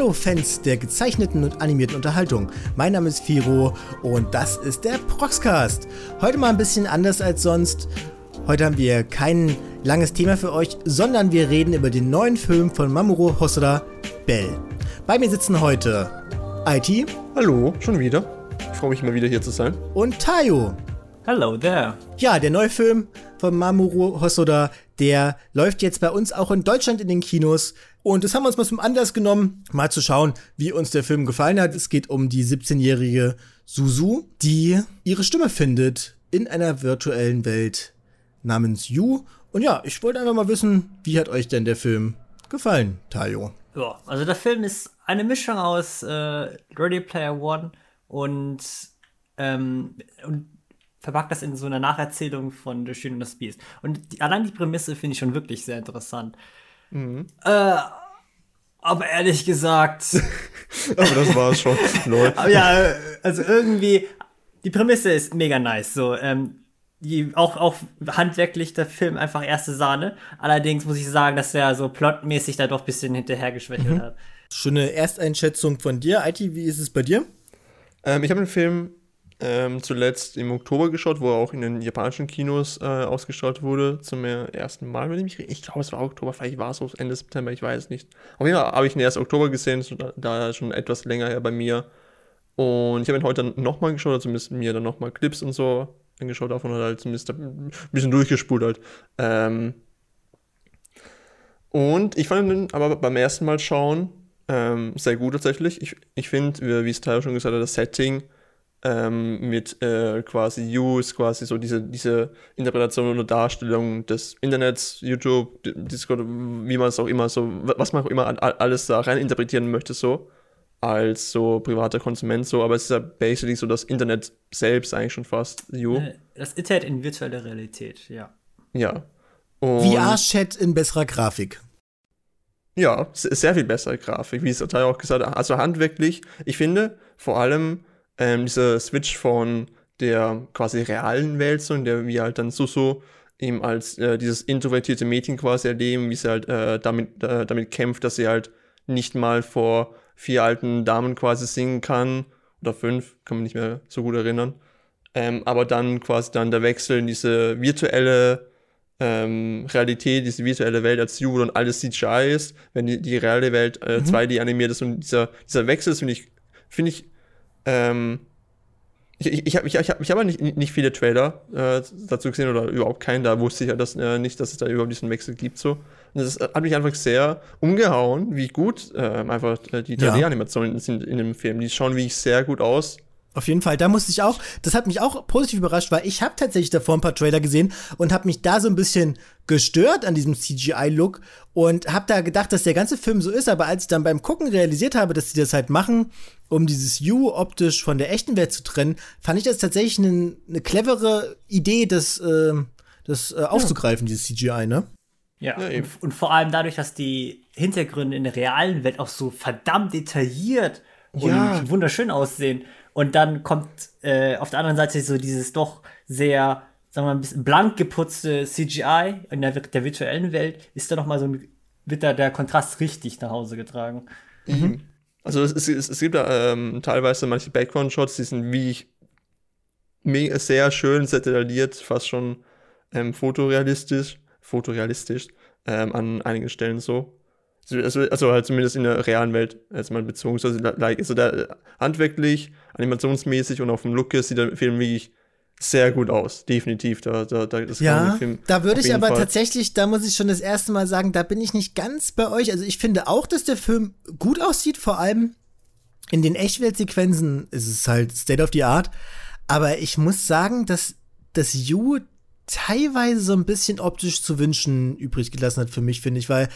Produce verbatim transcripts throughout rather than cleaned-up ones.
Hallo Fans der gezeichneten und animierten Unterhaltung. Mein Name ist Firo und das ist der Proxcast. Heute mal ein bisschen anders als sonst. Heute haben wir kein langes Thema für euch, sondern wir reden über den neuen Film von Mamoru Hosoda, Bell. Bei mir sitzen heute I T. Hallo, schon wieder. Ich freue mich mal wieder hier zu sein. Und Tayo. Hello there. Ja, der neue Film von Mamoru Hosoda, der läuft jetzt bei uns auch in Deutschland in den Kinos. Und das haben wir uns mal zum Anlass genommen, mal zu schauen, wie uns der Film gefallen hat. Es geht um die siebzehnjährige Suzu, die ihre Stimme findet in einer virtuellen Welt namens You. Und ja, ich wollte einfach mal wissen, wie hat euch denn der Film gefallen, Tayo? Ja, also der Film ist eine Mischung aus äh, Ready Player One und, ähm, und verpackt das in so einer Nacherzählung von Der Schöne und das Biest. Und die, allein die Prämisse finde ich schon wirklich sehr interessant. Mhm. Äh, aber ehrlich gesagt. Aber das war's schon. Aber ja, also irgendwie, die Prämisse ist mega nice. So, ähm, die, auch, auch handwerklich der Film einfach erste Sahne. Allerdings muss ich sagen, dass er so plotmäßig da doch ein bisschen hinterhergeschwächelt mhm. hat. Schöne Ersteinschätzung von dir. I T, wie ist es bei dir? Ähm, ich habe den Film ähm, zuletzt im Oktober geschaut, wo er auch in den japanischen Kinos äh, ausgestrahlt wurde, zum ersten Mal, wenn ich mich Ich glaube, es war Oktober, vielleicht war es so Ende September, ich weiß es nicht. Auf jeden Fall habe ich ihn erst Oktober gesehen, da schon etwas länger her bei mir. Und ich habe ihn heute nochmal geschaut, also zumindest mir dann nochmal Clips und so angeschaut, davon hat halt zumindest ein bisschen durchgespult halt. Ähm und ich fand ihn aber beim ersten Mal schauen ähm, sehr gut tatsächlich. Ich, ich finde, wie es Tayo schon gesagt hat, das Setting ähm, mit äh, quasi You ist quasi so diese, diese Interpretation oder Darstellung des Internets, YouTube, Discord, wie man es auch immer so, was man auch immer alles da rein interpretieren möchte so, als so privater Konsument so, aber es ist ja basically so das Internet selbst eigentlich schon fast, You. Das Internet in virtueller Realität, ja. Ja. Und V R-Chat in besserer Grafik. Ja, sehr viel bessere Grafik, wie es Tayo auch gesagt hat. Also handwerklich, ich finde vor allem ähm, dieser Switch von der quasi realen Welt, so in der wir halt dann so so eben als äh, dieses introvertierte Mädchen quasi erleben, wie sie halt äh, damit, äh, damit kämpft, dass sie halt nicht mal vor vier alten Damen quasi singen kann, oder fünf, kann man nicht mehr so gut erinnern. Ähm, aber dann quasi dann der Wechsel in diese virtuelle ähm, Realität, diese virtuelle Welt als You und alles C G I ist, wenn die, die reale Welt äh, mhm. zwei D animiert ist und dieser, dieser Wechsel, finde ich, finde ich, ähm, ich, ich, ich habe ich, ich hab, ich hab nicht, nicht viele Trailer äh, dazu gesehen oder überhaupt keinen, da wusste ich ja das, äh, nicht, dass es da überhaupt diesen Wechsel gibt so. Und das hat mich einfach sehr umgehauen, wie gut äh, einfach die drei D-Animationen ja. sind in dem Film. Die schauen wirklich sehr gut aus. Auf jeden Fall, da musste ich auch, das hat mich auch positiv überrascht, weil ich habe tatsächlich davor ein paar Trailer gesehen und habe mich da so ein bisschen gestört an diesem C G I-Look und habe da gedacht, dass der ganze Film so ist, aber als ich dann beim Gucken realisiert habe, dass sie das halt machen, um dieses You optisch von der echten Welt zu trennen, fand ich das tatsächlich eine ne clevere Idee, das, äh, das äh, aufzugreifen, ja. dieses C G I, ne? Ja, ja und, und vor allem dadurch, dass die Hintergründe in der realen Welt auch so verdammt detailliert und ja. wunderschön aussehen. Und dann kommt äh, auf der anderen Seite so dieses doch sehr, sagen wir mal, ein bisschen blank geputzte C G I in der, der virtuellen Welt, ist da noch mal so ein, wird da der Kontrast richtig nach Hause getragen. Mhm. Also es, es, es gibt da ähm, teilweise manche Background-Shots, die sind wie ich mega, sehr schön, sehr detailliert, fast schon ähm, fotorealistisch, fotorealistisch ähm, an einigen Stellen so. Also, also halt zumindest in der realen Welt, als man beziehungsweise like, also da handwerklich, animationsmäßig und auf dem Look sieht der Film wirklich sehr gut aus, definitiv. Da, da, da, das ja, kann Film da würde ich aber Fall. tatsächlich, da muss ich schon das erste Mal sagen, da bin ich nicht ganz bei euch. Also ich finde auch, dass der Film gut aussieht, vor allem in den Echtweltsequenzen ist es halt State of the Art. Aber ich muss sagen, dass das You teilweise so ein bisschen optisch zu wünschen übrig gelassen hat für mich, finde ich, weil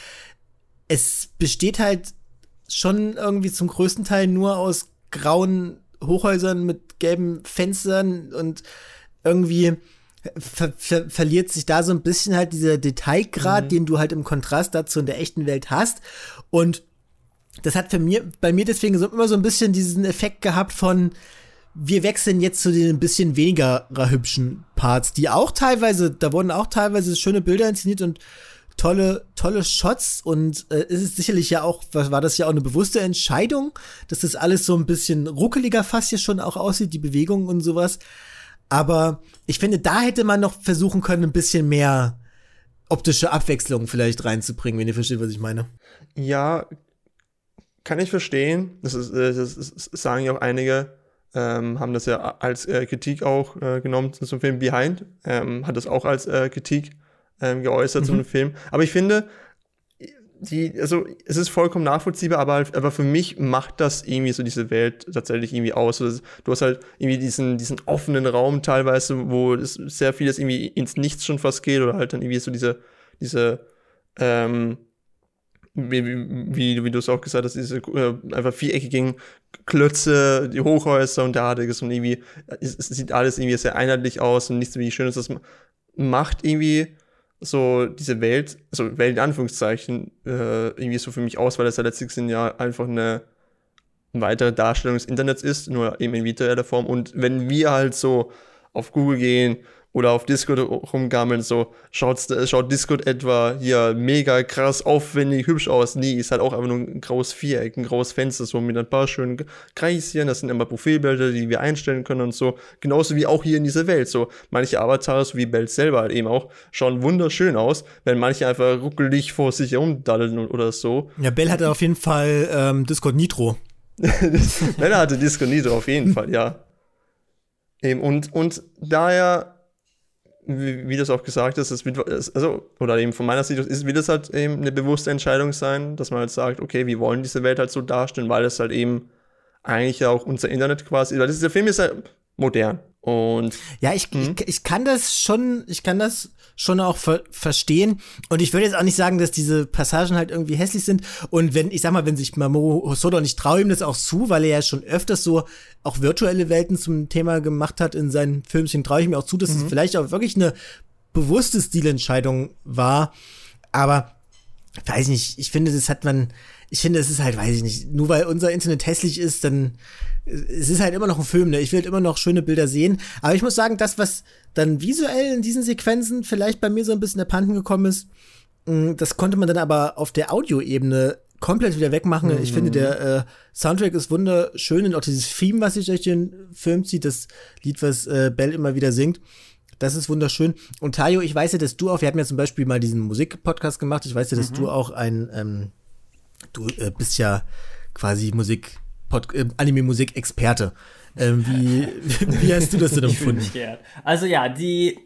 es besteht halt schon irgendwie zum größten Teil nur aus grauen Hochhäusern mit gelben Fenstern und irgendwie ver- ver- verliert sich da so ein bisschen halt dieser Detailgrad, mhm. den du halt im Kontrast dazu in der echten Welt hast. Und das hat für mir, bei mir deswegen so immer so ein bisschen diesen Effekt gehabt von, wir wechseln jetzt zu den ein bisschen weniger hübschen Parts, die auch teilweise, da wurden auch teilweise schöne Bilder inszeniert und tolle, tolle Shots und äh, ist es sicherlich ja auch, war das ja auch eine bewusste Entscheidung, dass das alles so ein bisschen ruckeliger fast hier schon auch aussieht, die Bewegungen und sowas. Aber ich finde, da hätte man noch versuchen können, ein bisschen mehr optische Abwechslung vielleicht reinzubringen, wenn ihr versteht, was ich meine. Ja, kann ich verstehen. Das, ist, das, ist, das sagen ja auch einige, ähm, haben das ja als äh, Kritik auch äh, genommen zum Film Behind, ähm, hat das auch als äh, Kritik ähm, geäußert mhm. zum Film. Aber ich finde, die, also es ist vollkommen nachvollziehbar, aber, aber für mich macht das irgendwie so diese Welt tatsächlich irgendwie aus. Also, du hast halt irgendwie diesen, diesen offenen Raum teilweise, wo es sehr vieles irgendwie ins Nichts schon fast geht oder halt dann irgendwie so diese, diese, ähm, wie, wie, wie du es auch gesagt hast, diese äh, einfach viereckigen Klötze, die Hochhäuser und derartiges und irgendwie, es, es sieht alles irgendwie sehr einheitlich aus und nichts so wie schön ist. Das macht irgendwie so diese Welt, also Welt in Anführungszeichen, äh, irgendwie so für mich aus, weil das ja letztlich sind ja einfach eine, eine weitere Darstellung des Internets ist, nur eben in virtueller Form. Und wenn wir halt so auf Google gehen oder auf Discord rumgammeln, so schaut, schaut Discord etwa hier mega krass, aufwendig, hübsch aus. Nee, ist halt auch einfach nur ein graues Viereck, ein graues Fenster, so mit ein paar schönen Kreischen. Das sind immer Profilbilder, die wir einstellen können und so. Genauso wie auch hier in dieser Welt. So manche Avatare, so wie Belle selber halt eben auch, schauen wunderschön aus, wenn manche einfach ruckelig vor sich herumdaddeln oder so. Ja, Belle hatte auf jeden Fall ähm, Discord Nitro. Belle hatte Discord Nitro, auf jeden Fall, ja. Eben, und, und daher Wie, wie das auch gesagt ist, es wird, also, oder eben von meiner Sicht ist, wird es halt eben eine bewusste Entscheidung sein, dass man halt sagt, okay, wir wollen diese Welt halt so darstellen, weil es halt eben eigentlich ja auch unser Internet quasi, weil dieser Film ist ja modern. Und ja, ich, ich, ich kann das schon, ich kann das schon auch ver- verstehen. Und ich würde jetzt auch nicht sagen, dass diese Passagen halt irgendwie hässlich sind. Und wenn, ich sag mal, wenn sich Mamoru Hosoda, und ich traue ihm das auch zu, weil er ja schon öfters so auch virtuelle Welten zum Thema gemacht hat in seinen Filmchen, traue ich mir auch zu, dass mhm. es vielleicht auch wirklich eine bewusste Stilentscheidung war. Aber weiß nicht, ich finde, das hat man, ich finde, es ist halt, weiß ich nicht, nur weil unser Internet hässlich ist, dann es ist halt immer noch ein Film, ne? Ich will halt immer noch schöne Bilder sehen. Aber ich muss sagen, das, was dann visuell in diesen Sequenzen vielleicht bei mir so ein bisschen abhanden gekommen ist, das konnte man dann aber auf der Audioebene komplett wieder wegmachen. Mhm. Ich finde, der äh, Soundtrack ist wunderschön und auch dieses Theme, was sich durch den Film zieht, das Lied, was äh, Belle immer wieder singt, das ist wunderschön. Und Tayo, ich weiß ja, dass du auch, wir hatten ja zum Beispiel mal diesen Musik-Podcast gemacht, ich weiß ja, dass mhm. du auch ein, ähm, du äh, bist ja quasi Musik- Pod- äh, Anime-Musik-Experte. Ähm, wie, wie hast du das denn empfunden? Also ja, die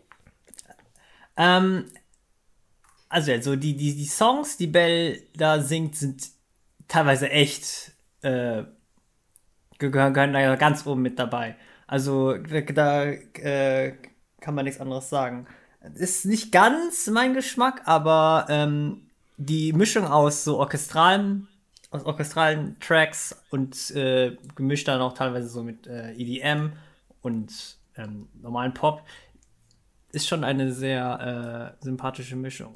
ähm, also ja, so die, die, die Songs, die Belle da singt, sind teilweise echt äh, gehören, gehören da ganz oben mit dabei. Also da äh, kann man nichts anderes sagen. Ist nicht ganz mein Geschmack, aber ähm, die Mischung aus so orchestralen aus orchestralen Tracks und äh, gemischt dann auch teilweise so mit äh, E D M und ähm, normalen Pop, ist schon eine sehr äh, sympathische Mischung.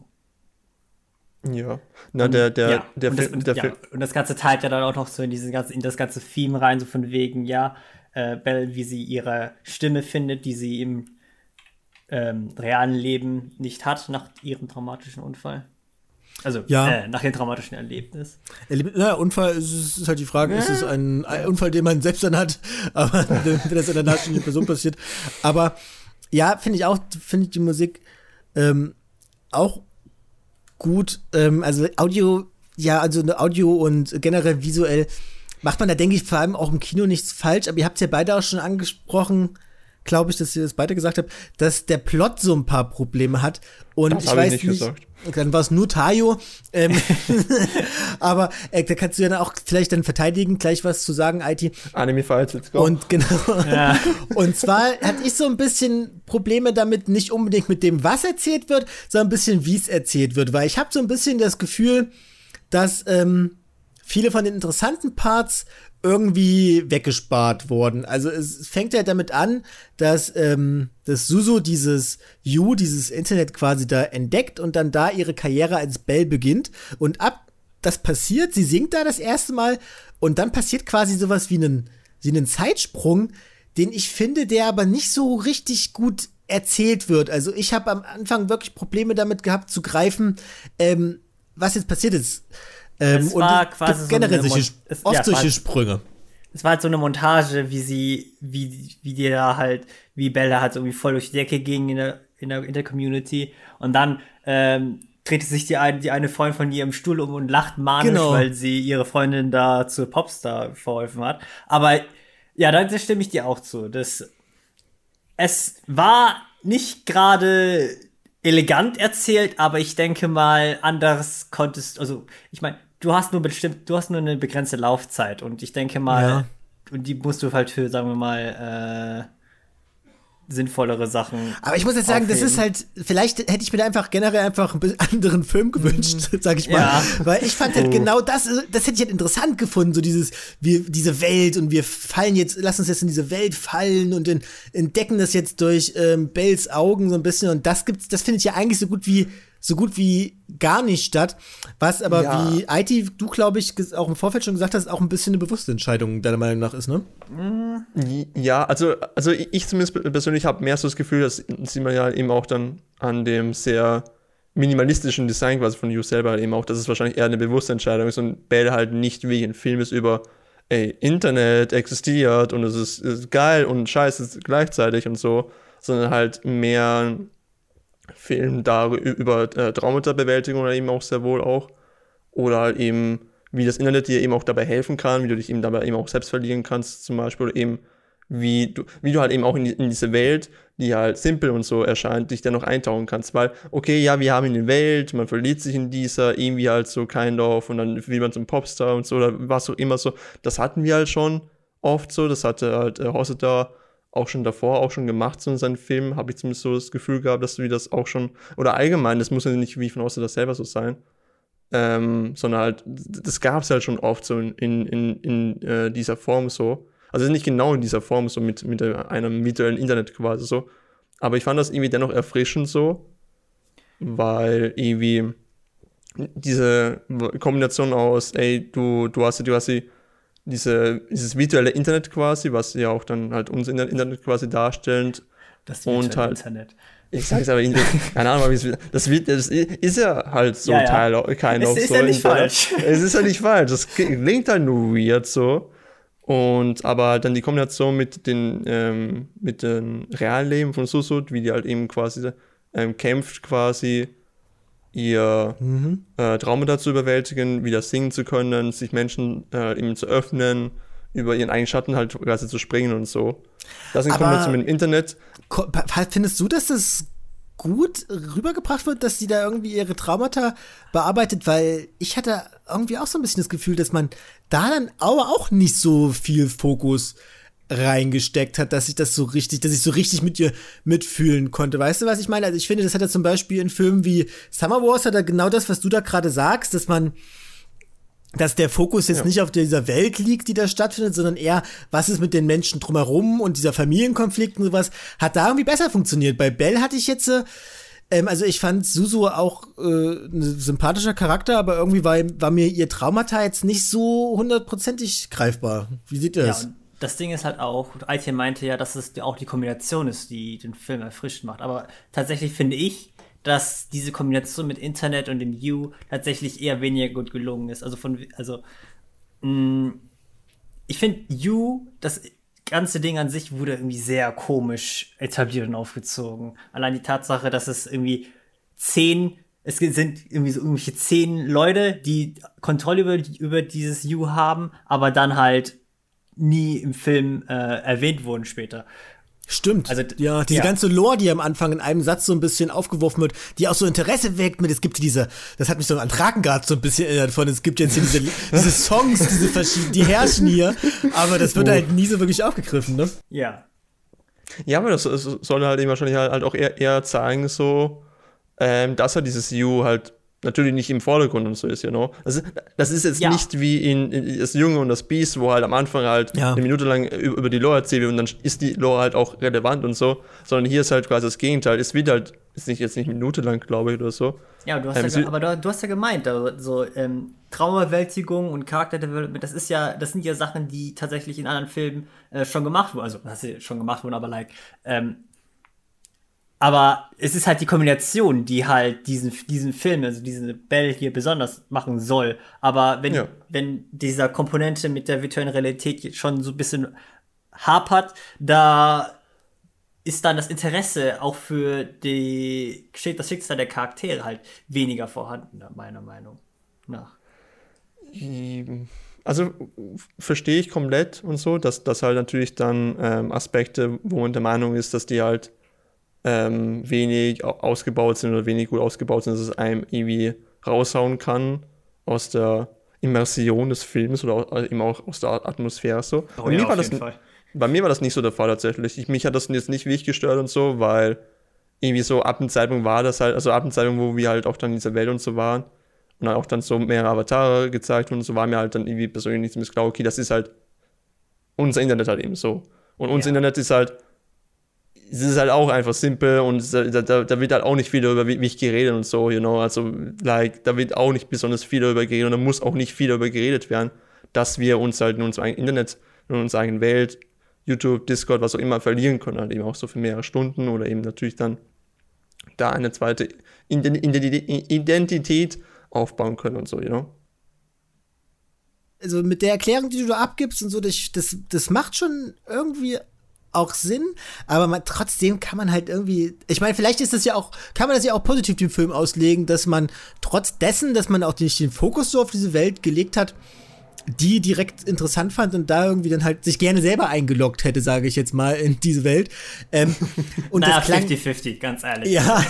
Ja, na, der, der, ja. der, und das, Film, der ja. Film. Und das Ganze teilt ja dann auch noch so in, diese ganze, in das ganze Theme rein, so von wegen, ja, äh, Belle, wie sie ihre Stimme findet, die sie im ähm, realen Leben nicht hat, nach ihrem traumatischen Unfall. Also, ja. äh, nach dem traumatischen Erlebnis. Ja, Unfall ist, ist halt die Frage, ja. Ist es ein, ein Unfall, den man selbst dann hat, aber wenn das in der nachstehenden Person passiert. Aber ja, finde ich auch, finde ich die Musik ähm, auch gut. Ähm, also Audio, ja, also Audio und generell visuell macht man da, denke ich, vor allem auch im Kino nichts falsch. Aber ihr habt es ja beide auch schon angesprochen, glaube ich, dass ihr das beide gesagt habt, dass der Plot so ein paar Probleme hat. Und das ich weiß ich nicht, gesagt. Dann war es nur Tayo. Ähm, aber äh, da kannst du ja dann auch vielleicht dann verteidigen, gleich was zu sagen, I T. Anime Fights, let's go. Und genau. Ja. Und zwar hatte ich so ein bisschen Probleme damit, nicht unbedingt mit dem, was erzählt wird, sondern ein bisschen, wie es erzählt wird. Weil ich habe so ein bisschen das Gefühl, dass ähm, viele von den interessanten Parts irgendwie weggespart worden. Also es fängt ja damit an, dass, ähm, dass Suzu dieses You, dieses Internet quasi da entdeckt und dann da ihre Karriere als Belle beginnt. Und ab das passiert, sie singt da das erste Mal und dann passiert quasi sowas wie einen, wie einen Zeitsprung, den ich finde, der aber nicht so richtig gut erzählt wird. Also ich habe am Anfang wirklich Probleme damit gehabt zu greifen, ähm, was jetzt passiert ist. Ähm, es war und quasi so generell eine solche, Mon- es, oft ja, es solche war, Sprünge. Es war halt so eine Montage, wie sie, wie, wie die da halt, wie Bella halt irgendwie voll durch die Decke ging in der, in der, in der Community. Und dann ähm, drehte sich die, ein, die eine Freundin von ihr im Stuhl um und lacht manisch, Genau. weil sie ihre Freundin da zur Popstar verholfen hat. Aber ja, da stimme ich dir auch zu. Das, es war nicht gerade elegant erzählt, aber ich denke mal, anders konntest, also ich meine, du hast nur bestimmt, du hast nur eine begrenzte Laufzeit und ich denke mal, Ja. und die musst du halt für, sagen wir mal, äh, sinnvollere Sachen. Aber ich muss jetzt sagen, das aufheben. ist halt, vielleicht hätte ich mir da einfach generell einfach einen bisschen anderen Film gewünscht, sag ich mal. Ja. Weil ich fand halt Oh. genau das, das hätte ich halt interessant gefunden, so dieses, wir, diese Welt und wir fallen jetzt, lass uns jetzt in diese Welt fallen und in, entdecken das jetzt durch ähm, Bells Augen so ein bisschen und das gibt's, das finde ich ja eigentlich so gut wie, so gut wie gar nicht statt. Was aber Ja. wie I T, du glaube ich ges- auch im Vorfeld schon gesagt hast, auch ein bisschen eine bewusste Entscheidung deiner Meinung nach ist, ne? Ja, also, also ich zumindest persönlich habe mehr so das Gefühl, das sieht man ja eben auch dann an dem sehr minimalistischen Design quasi von You selber halt eben auch, dass es wahrscheinlich eher eine bewusste Entscheidung ist und Bell halt nicht wie ein Film ist über, ey, Internet existiert und es ist, ist geil und scheiße gleichzeitig und so, sondern halt mehr ein Film darüber über äh, Traumata-Bewältigung oder eben auch sehr wohl auch oder halt eben wie das Internet dir eben auch dabei helfen kann, wie du dich eben dabei eben auch selbst verlieren kannst zum Beispiel oder eben wie du, wie du halt eben auch in, die, in diese Welt, die halt simpel und so erscheint, dich dann noch eintauchen kannst, weil, okay, ja, wir haben eine Welt, man verliert sich in dieser, irgendwie halt so kind of und dann will man zum Popstar und so oder was auch immer so, das hatten wir halt schon oft so, das hatte halt äh, Hossiter auch schon davor auch schon gemacht, so in seinen Filmen, habe ich zumindest so das Gefühl gehabt, dass wir das auch schon, oder allgemein, das muss ja nicht wie von Hossiter selber so sein, ähm, sondern halt, das gab es halt schon oft so in, in, in, in äh, dieser Form so. Also nicht genau in dieser Form, so mit, mit einem virtuellen Internet quasi so. Aber ich fand das irgendwie dennoch erfrischend so, weil irgendwie diese Kombination aus, ey, du, du hast, du hast die, diese, dieses virtuelle Internet quasi, was ja auch dann halt unser Internet quasi darstellend. Das und virtuelle halt- Internet. Ich sag's aber, keine Ahnung, wie es das, wird, das ist ja halt so Ja, ja. Teil, kein Es of ist so ja nicht Internet. falsch. Es ist ja nicht falsch, das klingt halt nur weird so. Und aber dann die Kombination mit den ähm, mit dem Realleben von Susut, wie die halt eben quasi ähm, kämpft, quasi ihr Mhm. äh, Traumata zu überwältigen, wieder singen zu können, sich Menschen äh, eben zu öffnen, über ihren eigenen Schatten halt quasi zu springen und so. Das in Aber- Kombination mit dem Internet. Ko- pa- Findest du, dass das gut rübergebracht wird, dass sie da irgendwie ihre Traumata bearbeitet? Weil ich hatte irgendwie auch so ein bisschen das Gefühl, dass man da dann aber auch nicht so viel Fokus reingesteckt hat, dass ich das so richtig, dass ich so richtig mit ihr mitfühlen konnte. Weißt du, was ich meine? Also ich finde, das hat er zum Beispiel in Filmen wie Summer Wars hat er genau das, was du da gerade sagst, dass man dass der Fokus jetzt Ja. nicht auf dieser Welt liegt, die da stattfindet, sondern eher, was ist mit den Menschen drumherum und dieser Familienkonflikt und sowas, hat da irgendwie besser funktioniert. Bei Belle hatte ich jetzt, äh, ähm, also ich fand Suzu auch äh, ein sympathischer Charakter, aber irgendwie war, war mir ihr Traumata jetzt nicht so hundertprozentig greifbar. Wie seht ihr Ja, das? und das Ding ist halt auch, Aitken meinte ja, dass es auch die Kombination ist, die den Film erfrischt macht. Aber tatsächlich finde ich, dass diese Kombination mit Internet und dem You tatsächlich eher weniger gut gelungen ist. Also von, also, mh, ich finde You, das ganze Ding an sich wurde irgendwie sehr komisch etabliert und aufgezogen. Allein die Tatsache, dass es irgendwie zehn, es sind irgendwie so irgendwelche zehn Leute, die Kontrolle über, über dieses You haben, aber dann halt nie im Film äh, erwähnt wurden später. Stimmt. Also, ja, diese ja. ganze Lore, die am Anfang in einem Satz so ein bisschen aufgeworfen wird, die auch so Interesse weckt mit, es gibt diese, das hat mich so an Drakengard so ein bisschen erinnert von, es gibt jetzt hier diese, diese Songs, diese verschiedenen, die herrschen hier, aber das wird Oh. halt nie so wirklich aufgegriffen, ne? Ja. Ja, aber das, das soll halt eben wahrscheinlich halt, halt auch eher, eher zeigen, so, ähm, dass halt dieses You halt natürlich nicht im Vordergrund und so ist, you know. Das, ist- das ist jetzt Ja. nicht wie in, in das Junge und das Biest, wo halt am Anfang halt Ja. eine Minute lang über, über die Lore erzählt wird und dann ist die Lore halt auch relevant und so, sondern hier ist halt quasi das Gegenteil. Es wird halt, ist nicht jetzt nicht eine Minute lang, glaube ich, oder so. Ja, du hast Ähm, ja, sie- ge- aber du, du hast ja gemeint, also, so ähm, Traumabewältigung und Charakterdevelopment, das ist ja, das sind ja Sachen, die tatsächlich in anderen Filmen äh, schon gemacht wurden, also das ist schon gemacht wurden, aber like, ähm, Aber es ist halt die Kombination, die halt diesen, diesen Film, also diese Belle hier besonders machen soll. Aber wenn, ja. wenn dieser Komponente mit der virtuellen Realität schon so ein bisschen hapert, da ist dann das Interesse auch für die, das Schicksal der Charaktere halt weniger vorhanden, meiner Meinung nach. Also verstehe ich komplett und so, dass das halt natürlich dann ähm, Aspekte, wo man der Meinung ist, dass die halt ähm, wenig ausgebaut sind oder wenig gut ausgebaut sind, dass es einem irgendwie raushauen kann aus der Immersion des Films oder auch, eben auch aus der Atmosphäre so. Oh, Bei ja, mir war auf das jeden Fall. Bei mir war das nicht so der Fall tatsächlich. Ich, mich hat das jetzt nicht wirklich gestört und so, weil irgendwie so ab dem Zeitpunkt war das halt, also ab dem Zeitpunkt, wo wir halt auch dann in dieser Welt und so waren und dann auch dann so mehrere Avatare gezeigt und so, war mir halt dann irgendwie persönlich ziemlich klar, okay, das ist halt unser Internet halt eben so. Und unser ja. Internet ist halt, es ist halt auch einfach simpel und da, da, da wird halt auch nicht viel darüber wie, wie ich geredet und so, you know, also like, da wird auch nicht besonders viel darüber geredet und da muss auch nicht viel darüber geredet werden, dass wir uns halt in unserem eigenen Internet, in unserer eigenen Welt, YouTube, Discord, was auch immer, verlieren können, halt eben auch so für mehrere Stunden oder eben natürlich dann da eine zweite Identität aufbauen können und so, you know? Also mit der Erklärung, die du da abgibst und so, das, das, das macht schon irgendwie auch Sinn, aber man, trotzdem kann man halt irgendwie, ich meine, vielleicht ist das ja auch, kann man das ja auch positiv dem Film auslegen, dass man trotz dessen, dass man auch nicht den Fokus so auf diese Welt gelegt hat, die direkt interessant fand und da irgendwie dann halt sich gerne selber eingeloggt hätte, sage ich jetzt mal, in diese Welt. Ähm, und naja, das klang, fünfzig fünfzig, ganz ehrlich. Ja.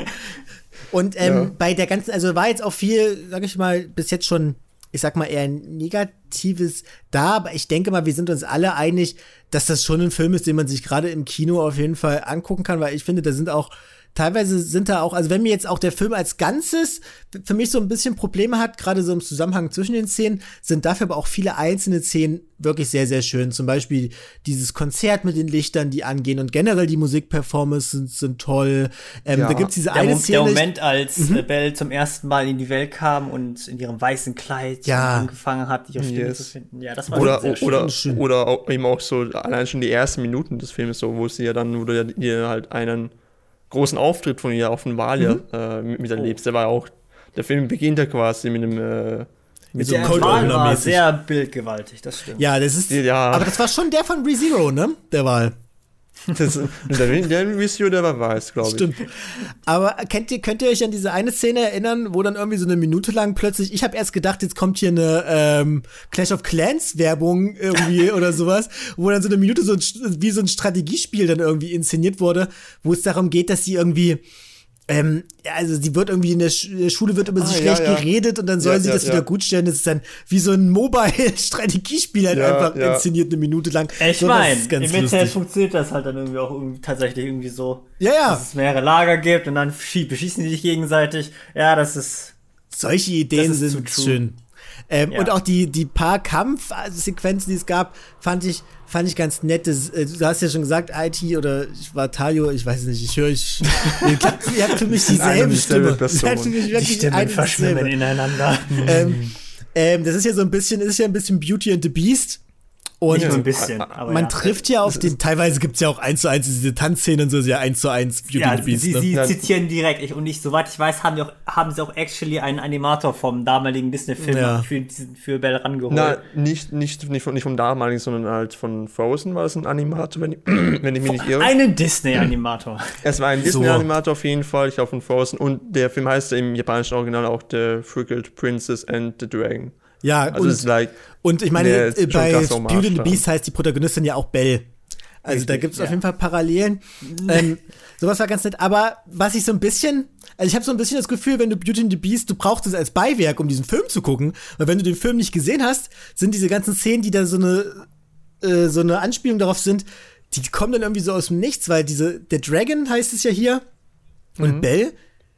Und ähm, ja. bei der ganzen, also war jetzt auch viel, sag ich mal, bis jetzt schon, ich sag mal, eher Negatives da, aber ich denke mal, wir sind uns alle einig, dass das schon ein Film ist, den man sich gerade im Kino auf jeden Fall angucken kann, weil ich finde, da sind auch teilweise sind da auch, also wenn mir jetzt auch der Film als Ganzes für mich so ein bisschen Probleme hat, gerade so im Zusammenhang zwischen den Szenen, sind dafür aber auch viele einzelne Szenen wirklich sehr, sehr schön. Zum Beispiel dieses Konzert mit den Lichtern, die angehen und generell die Musikperformances sind, sind toll. Ähm, ja. Da gibt's diese der eine Mo- Szene. Der Moment, als mhm. Belle zum ersten Mal in die Welt kam und in ihrem weißen Kleid ja. angefangen hat, die auf Stimme yes. zu finden. Ja, das war oder, sehr schön. oder, schön. Oder auch, eben auch so allein schon die ersten Minuten des Films, so, wo sie ja dann, wo du ja dir halt einen großen Auftritt von ihr auf dem Valia mhm. äh, miterlebst. Oh. Der war ja auch, der Film beginnt ja quasi mit einem äh, mit so der einem Wahl war sehr bildgewaltig, das stimmt. Ja, das ist, ja. aber das war schon der von ReZero, ne? Der Wahl. Das, der der Visio, der war weiß, glaube ich. Stimmt. Aber kennt ihr, könnt ihr euch an diese eine Szene erinnern, wo dann irgendwie so eine Minute lang plötzlich, ich habe erst gedacht, jetzt kommt hier eine ähm, Clash of Clans Werbung irgendwie oder sowas, wo dann so eine Minute so ein, wie so ein Strategiespiel dann irgendwie inszeniert wurde, wo es darum geht, dass sie irgendwie Ähm, ja, also sie wird irgendwie in der Sch- Schule wird über ah, sie ja, schlecht ja. geredet und dann soll ja, sie ja, das ja. wieder gut stellen. Das ist dann wie so ein Mobile-Strategiespiel halt Ja, einfach ja. inszeniert eine Minute lang. Ich So, das meine, ist im ganz Internet lustig. funktioniert das halt dann irgendwie auch irgendwie tatsächlich irgendwie so, Ja, ja. dass es mehrere Lager gibt und dann schie- beschießen die sich gegenseitig. Ja, das ist Solche Ideen Das ist sind zu true. schön. Ähm, Ja. Und auch die, die paar Kampfsequenzen, die es gab, fand ich, fand ich ganz nett. Das, äh, du hast ja schon gesagt, I T oder ich war Tayo, ich weiß nicht, ich höre, ich, ihr habt, ihr habt für mich sind alle dieselbe dieselbe Stimme. Person. Ihr habt für mich die wirklich Stimmen eine verschwimmen dieselbe. ineinander. ähm, ähm, das ist ja so ein bisschen, ist ja ein bisschen Beauty and the Beast. Und Nicht nur ein bisschen, aber man ja. trifft ja auf Das den, ist- teilweise gibt's ja auch eins zu eins diese Tanzszenen und so, ist ja eins zu eins Beauty Ja, and the Beast. sie, ne? sie Ja. zitieren direkt. Ich, und ich, soweit ich weiß, haben, die auch, haben sie auch actually einen Animator vom damaligen Disney-Film Ja. für, diesen- für Belle rangeholt. Na, nicht, nicht, nicht, von, nicht vom damaligen, sondern halt von Frozen war es ein Animator, wenn ich, wenn ich mich nicht irre. Einen Disney-Animator. Es war ein So. Disney-Animator auf jeden Fall, ich glaube von Frozen. Und der Film heißt ja im japanischen Original auch The Frickled Princess and the Dragon. Ja, Also und, es ist like, und ich meine, Nee, ist äh, schon bei krass Hommage Beauty and the da. Beast heißt die Protagonistin ja auch Belle. Also Richtig, da gibt's ja. auf jeden Fall Parallelen. ähm, sowas war ganz nett. Aber was ich so ein bisschen, also ich habe so ein bisschen das Gefühl, wenn du Beauty and the Beast, du brauchst es als Beiwerk, um diesen Film zu gucken. Weil wenn du den Film nicht gesehen hast, sind diese ganzen Szenen, die da so eine, äh, so eine Anspielung darauf sind, die kommen dann irgendwie so aus dem Nichts, weil diese, der Dragon heißt es ja hier und Mhm. Belle,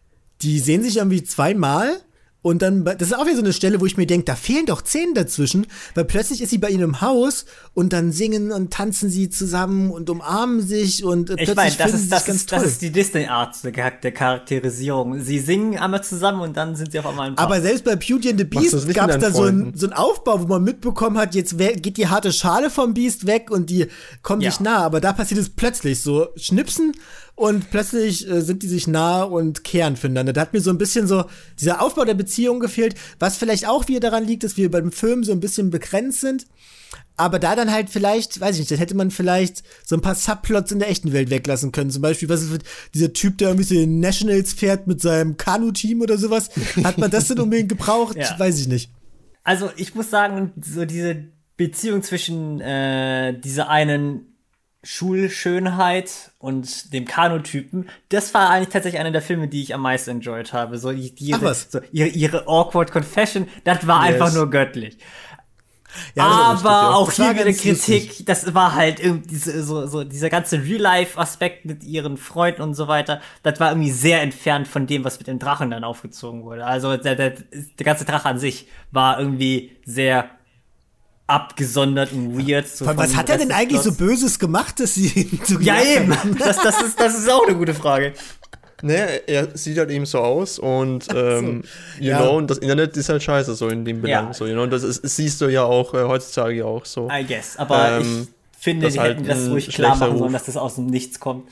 die sehen sich irgendwie zweimal. Und dann, das ist auch wieder so eine Stelle, wo ich mir denke, da fehlen doch Szenen dazwischen, weil plötzlich ist sie bei ihnen im Haus und dann singen und tanzen sie zusammen und umarmen sich und äh, Ich plötzlich meine, das finden ist, sie das, sich ganz ist, das toll. ist die Disney-Art der, Char- der Charakterisierung. Sie singen einmal zusammen und dann sind sie auf einmal ein Paar. Aber selbst bei Beauty and the Machst du das Beast nicht gab es mit da deinen so einen, Freunden? so einen Aufbau, wo man mitbekommen hat, jetzt wär, geht die harte Schale vom Beast weg und die kommen Ja. sich nah. Aber da passiert es plötzlich so, schnipsen und plötzlich äh, sind die sich nah und kehren füreinander. Da hat mir so ein bisschen so dieser Aufbau der Beziehung gefehlt, was vielleicht auch wieder daran liegt, dass wir beim Film so ein bisschen begrenzt sind. Aber da dann halt vielleicht, weiß ich nicht, dann hätte man vielleicht so ein paar Subplots in der echten Welt weglassen können. Zum Beispiel, was ist mit dieser Typ, der irgendwie so den Nationals fährt mit seinem Kanu-Team oder sowas? Hat man das denn unbedingt gebraucht? Ja. Weiß ich nicht. Also ich muss sagen, so diese Beziehung zwischen äh, dieser einen Schulschönheit und dem Kanu-Typen, das war eigentlich tatsächlich einer der Filme, die ich am meisten enjoyed habe. So, die, die, Ach was. so ihre, ihre Awkward Confession, das war yes. einfach nur göttlich. Ja, aber richtig, ja. auch das hier wieder ganz Kritik, lustig. Das war halt irgendwie diese, so, so dieser ganze Real-Life-Aspekt mit ihren Freunden und so weiter, das war irgendwie sehr entfernt von dem, was mit dem Drachen dann aufgezogen wurde. Also der, der, der ganze Drache an sich war irgendwie sehr abgesondert und weird. So was hat er denn eigentlich so Böses gemacht, dass sie ihn so Ja, eben. Das, das, ist, das ist auch eine gute Frage. Ne, er sieht halt eben so aus und ähm, so. you Ja. know, und das Internet ist halt scheiße so in dem Belang. Ja. So, you know, und das, ist, das siehst du ja auch äh, heutzutage auch so. I guess. Aber Ähm, ich finde, das die halt hätten das ein ruhig klar schlechter machen sollen, Ruf. dass das aus dem Nichts kommt.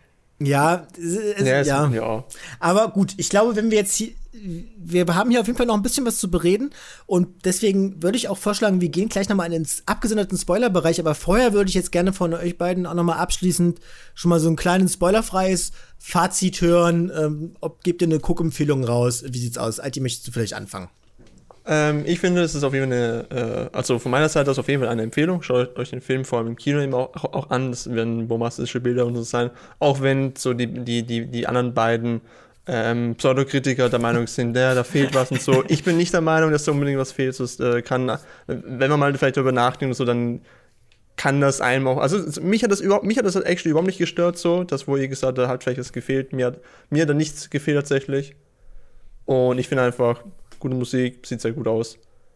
Ja, es, Ja, es- ja. ja. Aber gut, ich glaube, wenn wir jetzt hier, wir haben hier auf jeden Fall noch ein bisschen was zu bereden und deswegen würde ich auch vorschlagen, wir gehen gleich nochmal in den abgesonderten Spoilerbereich, aber vorher würde ich jetzt gerne von euch beiden auch nochmal abschließend schon mal so ein kleines spoilerfreies Fazit hören. Ähm, ob gebt ihr eine Guckempfehlung raus? Wie sieht's aus? Alti, möchtest du vielleicht anfangen? Ähm, ich finde, es ist auf jeden Fall eine, äh, also von meiner Seite aus auf jeden Fall eine Empfehlung. Schaut euch den Film vor allem im Kino eben auch, auch, auch an. Das werden bombastische Bilder und so sein. Auch wenn so die, die, die, die anderen beiden ähm, Pseudokritiker der Meinung sind, der, da fehlt was und so. Ich bin nicht der Meinung, dass da unbedingt was fehlt. So, äh, kann, wenn man mal vielleicht darüber nachdenkt und so, dann kann das einem auch, also mich hat das überhaupt, mich hat das halt actually überhaupt nicht gestört, so, das, wo ihr gesagt habt, da hat vielleicht was gefehlt. Mir hat, mir hat da nichts gefehlt tatsächlich. Und ich finde einfach, gute Musik, sieht sehr gut aus.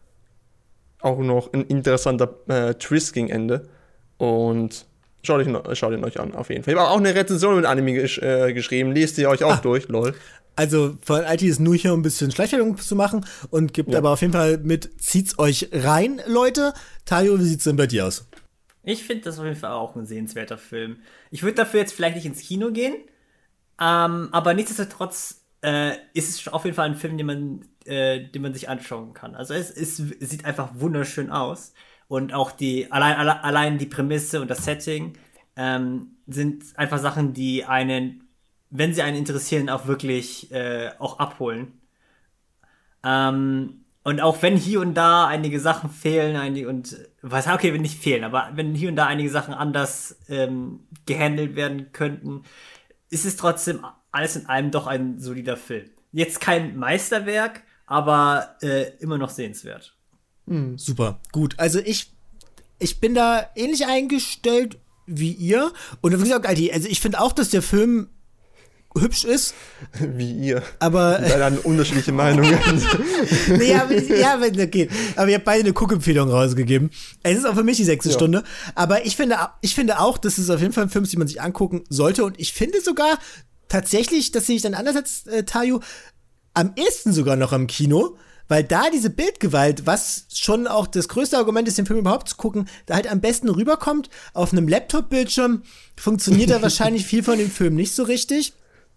Auch noch ein interessanter äh, Twist gegen Ende. Und schaut, euch, schaut ihn euch an, auf jeden Fall. Ich habe auch eine Rezension mit Anime gesch äh, geschrieben. Lest ihr euch auch ah. durch, lol. Also von Alti ist nur hier, um ein bisschen Schleichwerbung zu machen und gibt Ja. aber auf jeden Fall mit, zieht's euch rein, Leute. Tayo, wie sieht's denn bei dir aus? Ich finde das auf jeden Fall auch ein sehenswerter Film. Ich würde dafür jetzt vielleicht nicht ins Kino gehen, ähm, aber nichtsdestotrotz äh, ist es auf jeden Fall ein Film, den man, äh, den man sich anschauen kann. Also es, es sieht einfach wunderschön aus und auch die allein, alle, allein die Prämisse und das Setting ähm, sind einfach Sachen, die einen, wenn sie einen interessieren, auch wirklich äh, auch abholen. Ähm, und auch wenn hier und da einige Sachen fehlen, einige und was okay, wenn nicht fehlen, aber wenn hier und da einige Sachen anders ähm, gehandelt werden könnten, ist es trotzdem alles in allem doch ein solider Film. Jetzt kein Meisterwerk, aber äh, immer noch sehenswert. Mhm, super, gut. Also ich, ich bin da ähnlich eingestellt wie ihr. Und wie gesagt, Alti, also ich finde auch, dass der Film hübsch ist. Wie ihr. Aber Mit einer unterschiedliche Meinungen. nee, aber, ja, okay. Aber ihr habt beide eine Guckempfehlung rausgegeben. Es ist auch für mich die sechste Ja. Stunde. Aber ich finde, ich finde auch, dass es auf jeden Fall ein Film ist, den man sich angucken sollte. Und ich finde sogar tatsächlich, das sehe ich dann anders als äh, Tayo, am ehesten sogar noch am Kino. Weil da diese Bildgewalt, was schon auch das größte Argument ist, den Film überhaupt zu gucken, da halt am besten rüberkommt. Auf einem Laptop-Bildschirm funktioniert da wahrscheinlich viel von dem Film nicht so richtig.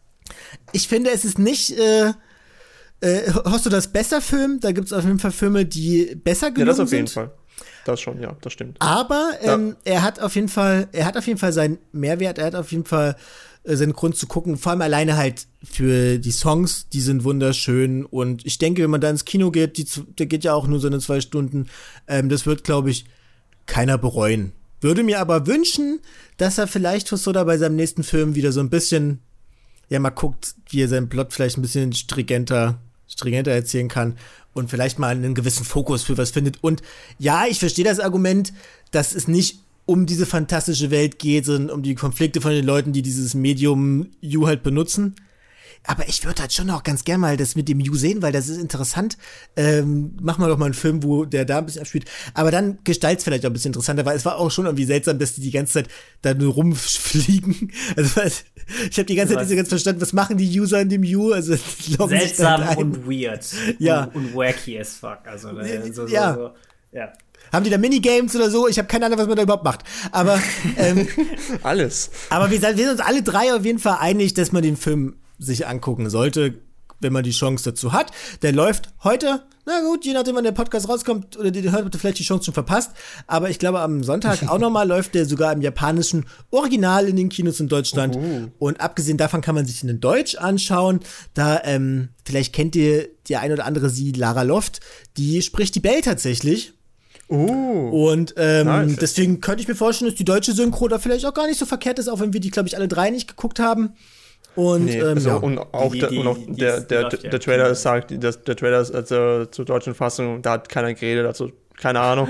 Ich finde, es ist nicht äh, äh, hast du das besser Film? Da gibt es auf jeden Fall Filme, die besser gelungen Ja, das auf jeden sind. Fall. Das schon, ja, das stimmt. Aber ähm, Ja. er hat auf jeden Fall, er hat auf jeden Fall seinen Mehrwert, er hat auf jeden Fall äh, seinen Grund zu gucken, vor allem alleine halt für die Songs, die sind wunderschön und ich denke, wenn man da ins Kino geht, die, z- der geht ja auch nur so eine zwei Stunden, ähm, das wird, glaube ich, keiner bereuen. Würde mir aber wünschen, dass er vielleicht Hosoda bei seinem nächsten Film wieder so ein bisschen, ja, mal guckt, wie er seinen Plot vielleicht ein bisschen stringenter, stringenter erzählen kann und vielleicht mal einen gewissen Fokus für was findet. Und ja, ich verstehe das Argument, dass es nicht um diese fantastische Welt geht, sondern um die Konflikte von den Leuten, die dieses Medium You halt benutzen. Aber ich würde halt schon auch ganz gern mal das mit dem You sehen, weil das ist interessant. Ähm, machen wir doch mal einen Film, wo der da ein bisschen abspielt. Aber dann gestalt's vielleicht auch ein bisschen interessanter, weil es war auch schon irgendwie seltsam, dass die die ganze Zeit da nur rumfliegen. Also was- ich habe die ganze Zeit Was? nicht so ganz verstanden, was machen die User in dem You? Also die loggen sich da Seltsam ein. und weird. Ja. Und, und wacky as fuck. Also, äh, so, so, Ja. so. Ja. Haben die da Minigames oder so? Ich habe keine Ahnung, was man da überhaupt macht. Aber ähm, alles. Aber wir, wir sind uns alle drei auf jeden Fall einig, dass man den Film sich angucken sollte, wenn man die Chance dazu hat. Der läuft heute, na gut, je nachdem, wann der Podcast rauskommt oder den hört, habt ihr vielleicht die Chance schon verpasst. Aber ich glaube, am Sonntag auch nochmal läuft der sogar im japanischen Original in den Kinos in Deutschland. Uh. Und abgesehen davon kann man sich den in Deutsch anschauen. Da, ähm, vielleicht kennt ihr die ein oder andere sie, Lara Loft, die spricht die Belle tatsächlich. Oh. Und ähm, nice. Deswegen könnte ich mir vorstellen, dass die deutsche Synchro da vielleicht auch gar nicht so verkehrt ist, auch wenn wir die, glaube ich, alle drei nicht geguckt haben. Und, nee, ähm, also, ja. und auch, die, der, die, und auch die, der, die der, läuft, der, ja. Trailer sagt, dass der Trailer ist, also zur deutschen Fassung, da hat keiner geredet, also keine Ahnung.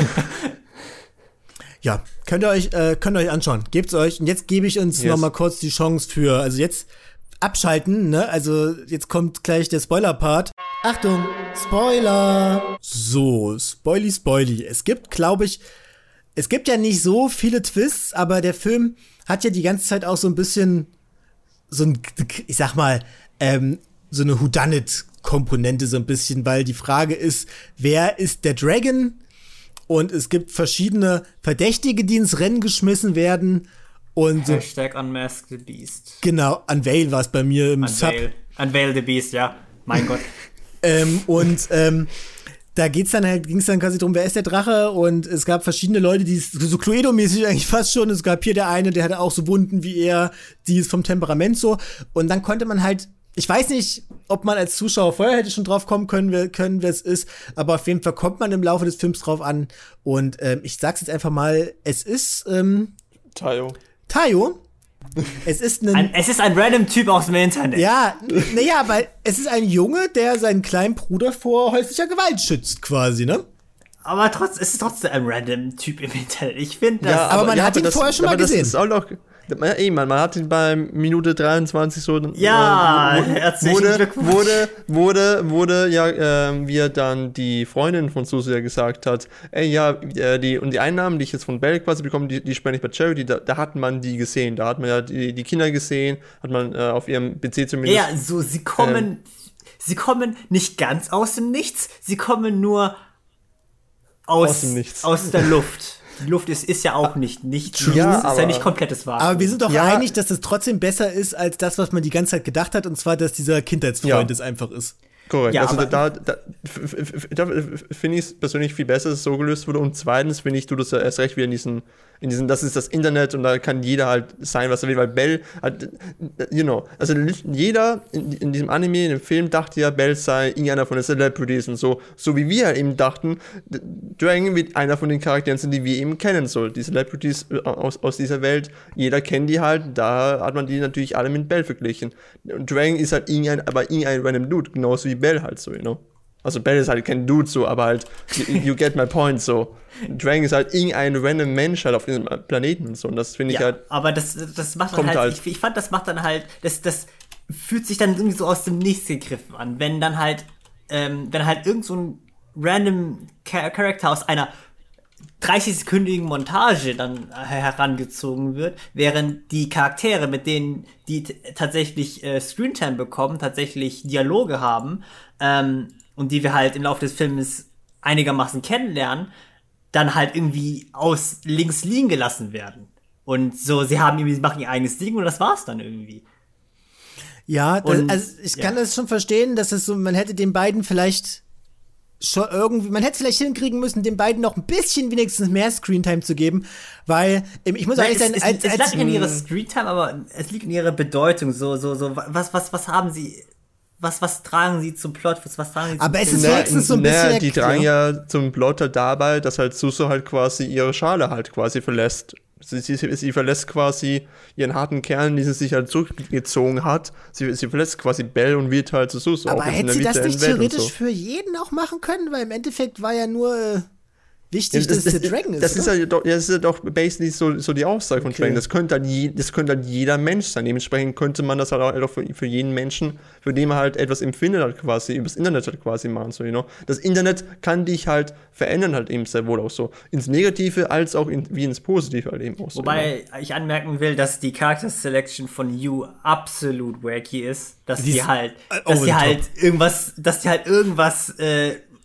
Ja, könnt ihr euch, äh, könnt ihr euch anschauen. Gebt's euch. Und jetzt gebe ich uns yes. noch mal kurz die Chance für, also jetzt abschalten, ne? Also jetzt kommt gleich der Spoiler-Part. Achtung, Spoiler! So, spoily, spoily. Es gibt, glaube ich, es gibt ja nicht so viele Twists, aber der Film hat ja die ganze Zeit auch so ein bisschen so ein, ich sag mal, ähm, so eine Whodunit-Komponente so ein bisschen, weil die Frage ist, wer ist der Dragon? Und es gibt verschiedene Verdächtige, die ins Rennen geschmissen werden. Und Hashtag so, Unmask the Beast. Genau, Unveil war es bei mir im Unveil. Sub. Unveil the Beast, ja. Mein Gott. ähm, und ähm, da geht's dann halt, ging's dann quasi drum, wer ist der Drache? Und es gab verschiedene Leute, die so Cluedo-mäßig eigentlich fast schon. Es gab hier der eine, der hatte auch so Wunden wie er, die ist vom Temperament so. Und dann konnte man halt, ich weiß nicht, ob man als Zuschauer vorher hätte schon drauf kommen können, wer, können, wer es ist, aber auf jeden Fall kommt man im Laufe des Films drauf an. Und ähm, ich sag's jetzt einfach mal, es ist ähm, Tayo. Tayo. Es ist ein, ein es ist ein random Typ aus dem Internet. Ja, naja, weil es ist ein Junge, der seinen kleinen Bruder vor häuslicher Gewalt schützt, quasi, ne? Aber trotz, es ist trotzdem ein random Typ im Internet. Ich finde das. Ja, aber, aber man ja, hat aber ihn das, vorher schon mal das gesehen. Ist auch noch, ey, man, man hat ihn bei Minute dreiundzwanzig so. Ja, äh, herzlichen wurde, Glückwunsch. Wurde, wurde, wurde, ja, äh, wie er dann die Freundin von Susie ja gesagt hat, ey, ja, äh, die, und die Einnahmen, die ich jetzt von Belle quasi bekomme, die, die spende ich bei Charity, da, da hat man die gesehen. Da hat man ja die, die Kinder gesehen, hat man äh, auf ihrem P C zumindest. Ja, so, sie kommen, ähm, sie kommen nicht ganz aus dem Nichts, sie kommen nur aus, aus dem Nichts. Aus der Luft. Die Luft ist, ist ja auch nicht nichts. Ja, ist aber, ja nicht komplettes Wahr. Aber wir sind doch ja, einig, dass das trotzdem besser ist, als das, was man die ganze Zeit gedacht hat, und zwar, dass dieser Kindheitsfreund es ja. einfach ist. Korrekt. Ja, also da, da, da finde ich es persönlich viel besser, dass es so gelöst wurde. Und zweitens finde ich, du das ja erst recht wieder in diesen, in diesen, das ist das Internet und da kann jeder halt sein, was er will, weil Belle hat, you know, also jeder in, in diesem Anime, in dem Film dachte ja, Belle sei irgendeiner von den Celebrities und so, so wie wir halt eben dachten, Dragon wird einer von den Charakteren sind, die wir eben kennen, so, die Celebrities aus, aus dieser Welt, jeder kennt die halt, da hat man die natürlich alle mit Belle verglichen. Und Dragon ist halt irgendein, aber irgendein random Dude, genauso wie Belle halt so, you know. Also Belle ist halt kein Dude so, aber halt, you, you get my point so. Dragon ist halt irgendein random Mensch halt auf diesem Planeten und so. Und das finde ich ja, halt. Aber das, das macht dann halt, halt. Ich, ich fand, das macht dann halt, das, das fühlt sich dann irgendwie so aus dem Nichts gegriffen an. Wenn dann halt, ähm, wenn halt irgend so ein random Charakter aus einer dreißig-sekündigen Montage dann herangezogen wird, während die Charaktere, mit denen die t- tatsächlich äh, Screentime bekommen, tatsächlich Dialoge haben, ähm, und die wir halt im Laufe des Films einigermaßen kennenlernen, dann halt irgendwie aus links liegen gelassen werden. Und so, sie haben irgendwie, machen ihr eigenes Ding und das war's dann irgendwie. Ja, das, und, also ich kann ja. das schon verstehen, dass es so, man hätte den beiden vielleicht schon irgendwie, man hätte vielleicht hinkriegen müssen, den beiden noch ein bisschen wenigstens mehr Screentime zu geben, weil, ich muss ehrlich sein, es, als, es, es als, liegt in ihrer Screentime, aber es liegt in ihrer Bedeutung, so, so, so, was, was, was haben sie, was, was tragen sie zum Plot, was, was tragen sie aber zum es ist Film? wenigstens so ein bisschen ne, die tragen ja zum Plot halt dabei, dass halt Suso halt quasi ihre Schale halt quasi verlässt. Sie, sie, sie verlässt quasi ihren harten Kern, den sie sich halt zurückgezogen hat. Sie, sie verlässt quasi Belle und wird halt zu Suso. Aber hätte sie das nicht theoretisch so. für jeden auch machen können? Weil im Endeffekt war ja nur äh, wichtig, ja, das, dass es der Dragon ist. Das ist, ja doch, das ist ja doch basically so, so die Aussage von okay. Dragon. Das könnte, halt je, das könnte halt jeder Mensch sein. Dementsprechend könnte man das halt auch für, für jeden Menschen, für den man halt etwas empfindet, halt quasi, übers Internet halt quasi machen. So, you know? Das Internet kann dich halt verändern, halt eben sehr wohl auch so. Ins Negative als auch in, wie ins Positive halt eben auch so. Wobei you know? ich anmerken will, dass die Character Selection von Yu absolut wacky ist. Dass die, die halt, dass die halt irgendwas, dass die halt irgendwas, äh,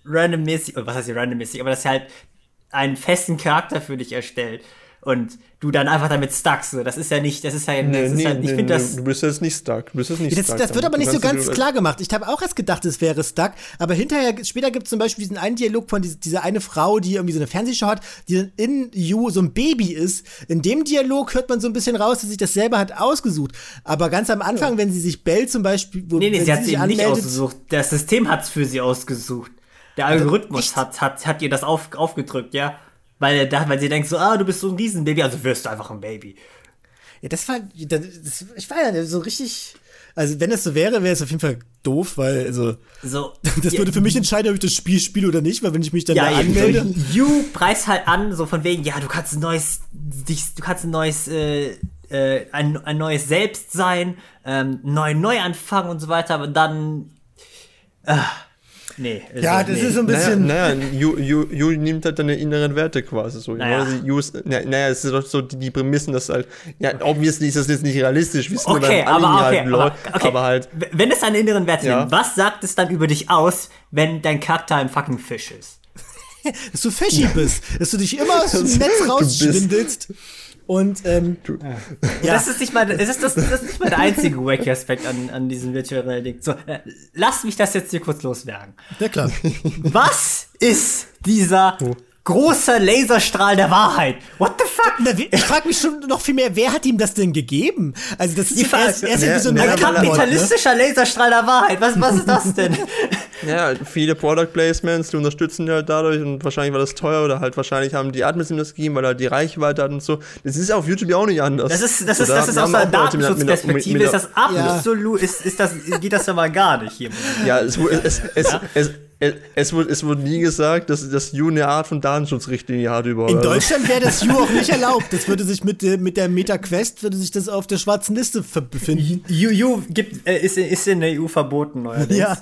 randommäßig, oder was heißt hier randommäßig, aber dass er halt einen festen Charakter für dich erstellt und du dann einfach damit stuck, so. Das ist ja nicht, das ist ja, nee, das ist nee, ja ich nee, finde nee, das. Du bist jetzt nicht stuck, du bist jetzt nicht Das, stuck. das wird aber nicht so ganz du, klar gemacht. Ich habe auch erst gedacht, es wäre stuck, aber hinterher, später gibt es zum Beispiel diesen einen Dialog von diese, dieser eine Frau, die irgendwie so eine Fernsehshow hat, die dann in You so ein Baby ist. In dem Dialog hört man so ein bisschen raus, dass sich das selber hat ausgesucht. Aber ganz am Anfang, ja. wenn sie sich Bell zum Beispiel, wo, nee, nee, wenn sie hat sie sich anmeldet, nicht ausgesucht. Das System hat's für sie ausgesucht. Der Algorithmus hat, hat, hat ihr das auf, aufgedrückt, ja. Weil, er da, weil sie denkt so, ah, du bist so ein Riesenbaby, also wirst du einfach ein Baby. Ja, das war, das, das, ich war ja so richtig, also wenn das so wäre, wäre es auf jeden Fall doof, weil, also, so, das ja, würde für mich entscheiden, ob ich das Spiel spiele oder nicht, weil wenn ich mich dann ja, da anmelde. So, You preist halt an, so von wegen, ja, du kannst ein neues, dich, du kannst ein neues, äh, äh, ein, ein neues Selbst sein, ähm, neuen Neuanfang und so weiter, aber dann, äh, nee. Also, ja, das nee. ist so ein bisschen. Naja, naja you, you, you nimmt halt deine inneren Werte quasi so. Naja, you ist, na, naja es ist doch so die, die Prämissen, dass halt, ja, obviously ist das jetzt nicht realistisch, wissen okay, wir beim aber, Anime okay, halt, aber, okay. aber halt. Wenn es deine inneren Werte ja. sind, was sagt es dann über dich aus, wenn dein Charakter ein fucking Fisch ist? Dass du fishy bist, dass du dich immer aus dem Netz rausschwindelst. Und, ähm, ja. Das ist nicht mal, das ist, das, das ist nicht mal der einzige wacky Aspekt an, an diesem virtuellen Ding. So, äh, lass mich das jetzt hier kurz loswerden. Ja, klar. Was ist dieser oh. große Laserstrahl der Wahrheit? What the fuck? Na, ich frage mich schon noch viel mehr, wer hat ihm das denn gegeben? Also, das ist erst, erst ja, wie so ein ja, kapitalistischer ne? Laserstrahl der Wahrheit. Was, was ist das denn? Ja, viele Product Placements, die unterstützen die halt dadurch und wahrscheinlich war das teuer oder halt wahrscheinlich haben die Admins ihm das gegeben, weil er halt die Reichweite hat und so. Das ist auf YouTube ja auch nicht anders. Das ist, das ist, das ist aus einer Datenschutzperspektive, ist das absolut, ja. ist, ist das, geht das ja mal gar nicht hier. Ja, es, es, es, ja? es, es Es, es, wurde, es wurde nie gesagt, dass das You eine Art von Datenschutzrichtlinie hat überall. In Deutschland wäre das You auch nicht erlaubt. Das würde sich mit, mit der Meta-Quest, würde sich das auf der schwarzen Liste befinden. You, you gibt, äh, ist, ist in der E U verboten, neuerdings. Ja.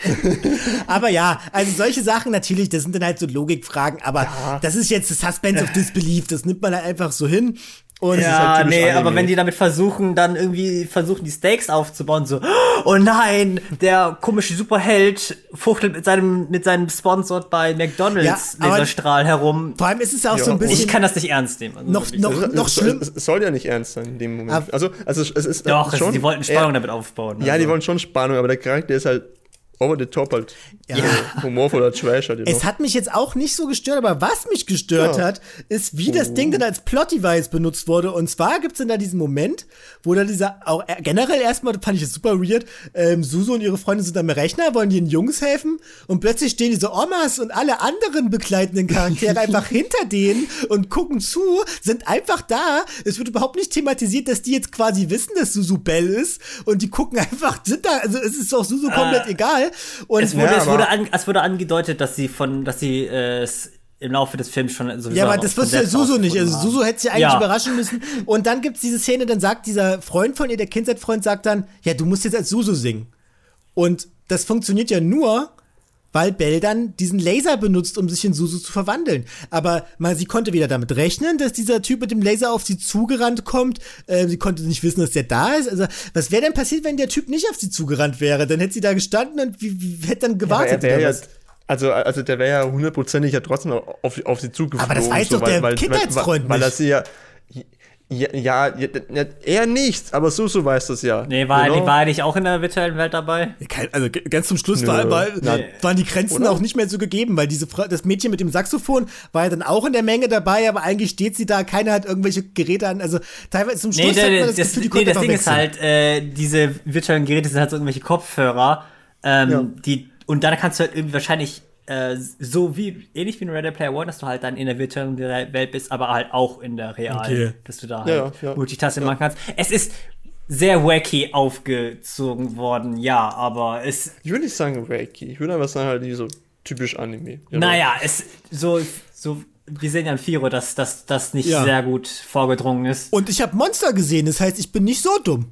Aber ja, also solche Sachen natürlich, das sind dann halt so Logikfragen, aber ja. das ist jetzt das Suspense of Disbelief, das nimmt man halt einfach so hin. Und ja, halt nee, Anime. Aber wenn die damit versuchen, dann irgendwie versuchen, die Stakes aufzubauen, so, oh nein, der komische Superheld fuchtelt mit seinem, mit seinem Sponsor bei McDonald's ja, Laserstrahl herum. Vor allem ist es ja auch ja, so ein bisschen. Ich kann das nicht ernst nehmen. Also noch, noch, es, noch es, schlimm. Es, es soll ja nicht ernst sein in dem Moment. Aber also, also, es ist. Doch, schon, es, die wollten Spannung er, damit aufbauen. Ja, also. die wollen schon Spannung, aber der Charakter ist halt over the top halt. Ja. So humorvoller Trash halt. Es hat mich jetzt auch nicht so gestört, aber was mich gestört ja. hat, ist, wie oh. das Ding dann als Plot-Device benutzt wurde. Und zwar gibt's dann da diesen Moment, wo dann dieser, auch generell erstmal, fand ich es super weird, ähm, Suzu und ihre Freunde sind am Rechner, wollen den Jungs helfen und plötzlich stehen diese Omas und alle anderen begleitenden Charaktere einfach hinter denen und gucken zu, sind einfach da. Es wird überhaupt nicht thematisiert, dass die jetzt quasi wissen, dass Suzu Bell ist und die gucken einfach, sind da, also es ist auch Suzu komplett äh. egal. Und es wurde, ja, es, wurde an, es wurde angedeutet, dass sie von, dass sie äh, im Laufe des Films schon sowieso. Ja, aber das wusste ja Suzu nicht. Also Suzu hätte sie eigentlich ja. überraschen müssen. Und dann gibt's diese Szene, dann sagt dieser Freund von ihr, der Kindheitsfreund, sagt dann, ja, du musst jetzt als Suzu singen. Und das funktioniert ja nur, weil Bell dann diesen Laser benutzt, um sich in Suzu zu verwandeln. Aber man, sie konnte weder damit rechnen, dass dieser Typ mit dem Laser auf sie zugerannt kommt. Äh, sie konnte nicht wissen, dass der da ist. Also, was wäre denn passiert, wenn der Typ nicht auf sie zugerannt wäre? Dann hätte sie da gestanden und wie, wie hätte dann gewartet. Ja, oder was? Ja, also, also der wäre ja hundertprozentig ja trotzdem auf, auf sie zugeflogen. Aber das war jetzt so, doch der weil, Kindheitsfreund weil, weil, weil nicht. Weil er sie ja... Ja, ja, ja, er nicht, aber Suzu weiß das ja. Nee, war, genau. war er nicht auch in der virtuellen Welt dabei? Also ganz zum Schluss war, war, nee. waren die Grenzen Oder? auch nicht mehr so gegeben, weil diese Fra- das Mädchen mit dem Saxophon war ja dann auch in der Menge dabei, aber eigentlich steht sie da, keiner hat irgendwelche Geräte an, also teilweise zum Schluss nee, hat man das, das Gefühl, die nee, das Ding wechseln. ist halt, äh, diese virtuellen Geräte sind halt so irgendwelche Kopfhörer, ähm, ja. die, und dann kannst du halt irgendwie wahrscheinlich Äh, so wie, ähnlich wie in Ready Player One, dass du halt dann in der virtuellen Welt bist, aber halt auch in der realen, okay. dass du da ja, halt ja, Multitasking ja. machen kannst. Es ist sehr wacky aufgezogen worden, ja, aber es... Ich würde nicht sagen wacky, ich würde einfach sagen halt wie so typisch Anime. Genau. Naja, es so, so, wir sehen ja in Firo, dass das nicht ja. sehr gut vorgedrungen ist. Und ich habe Monster gesehen, das heißt, ich bin nicht so dumm.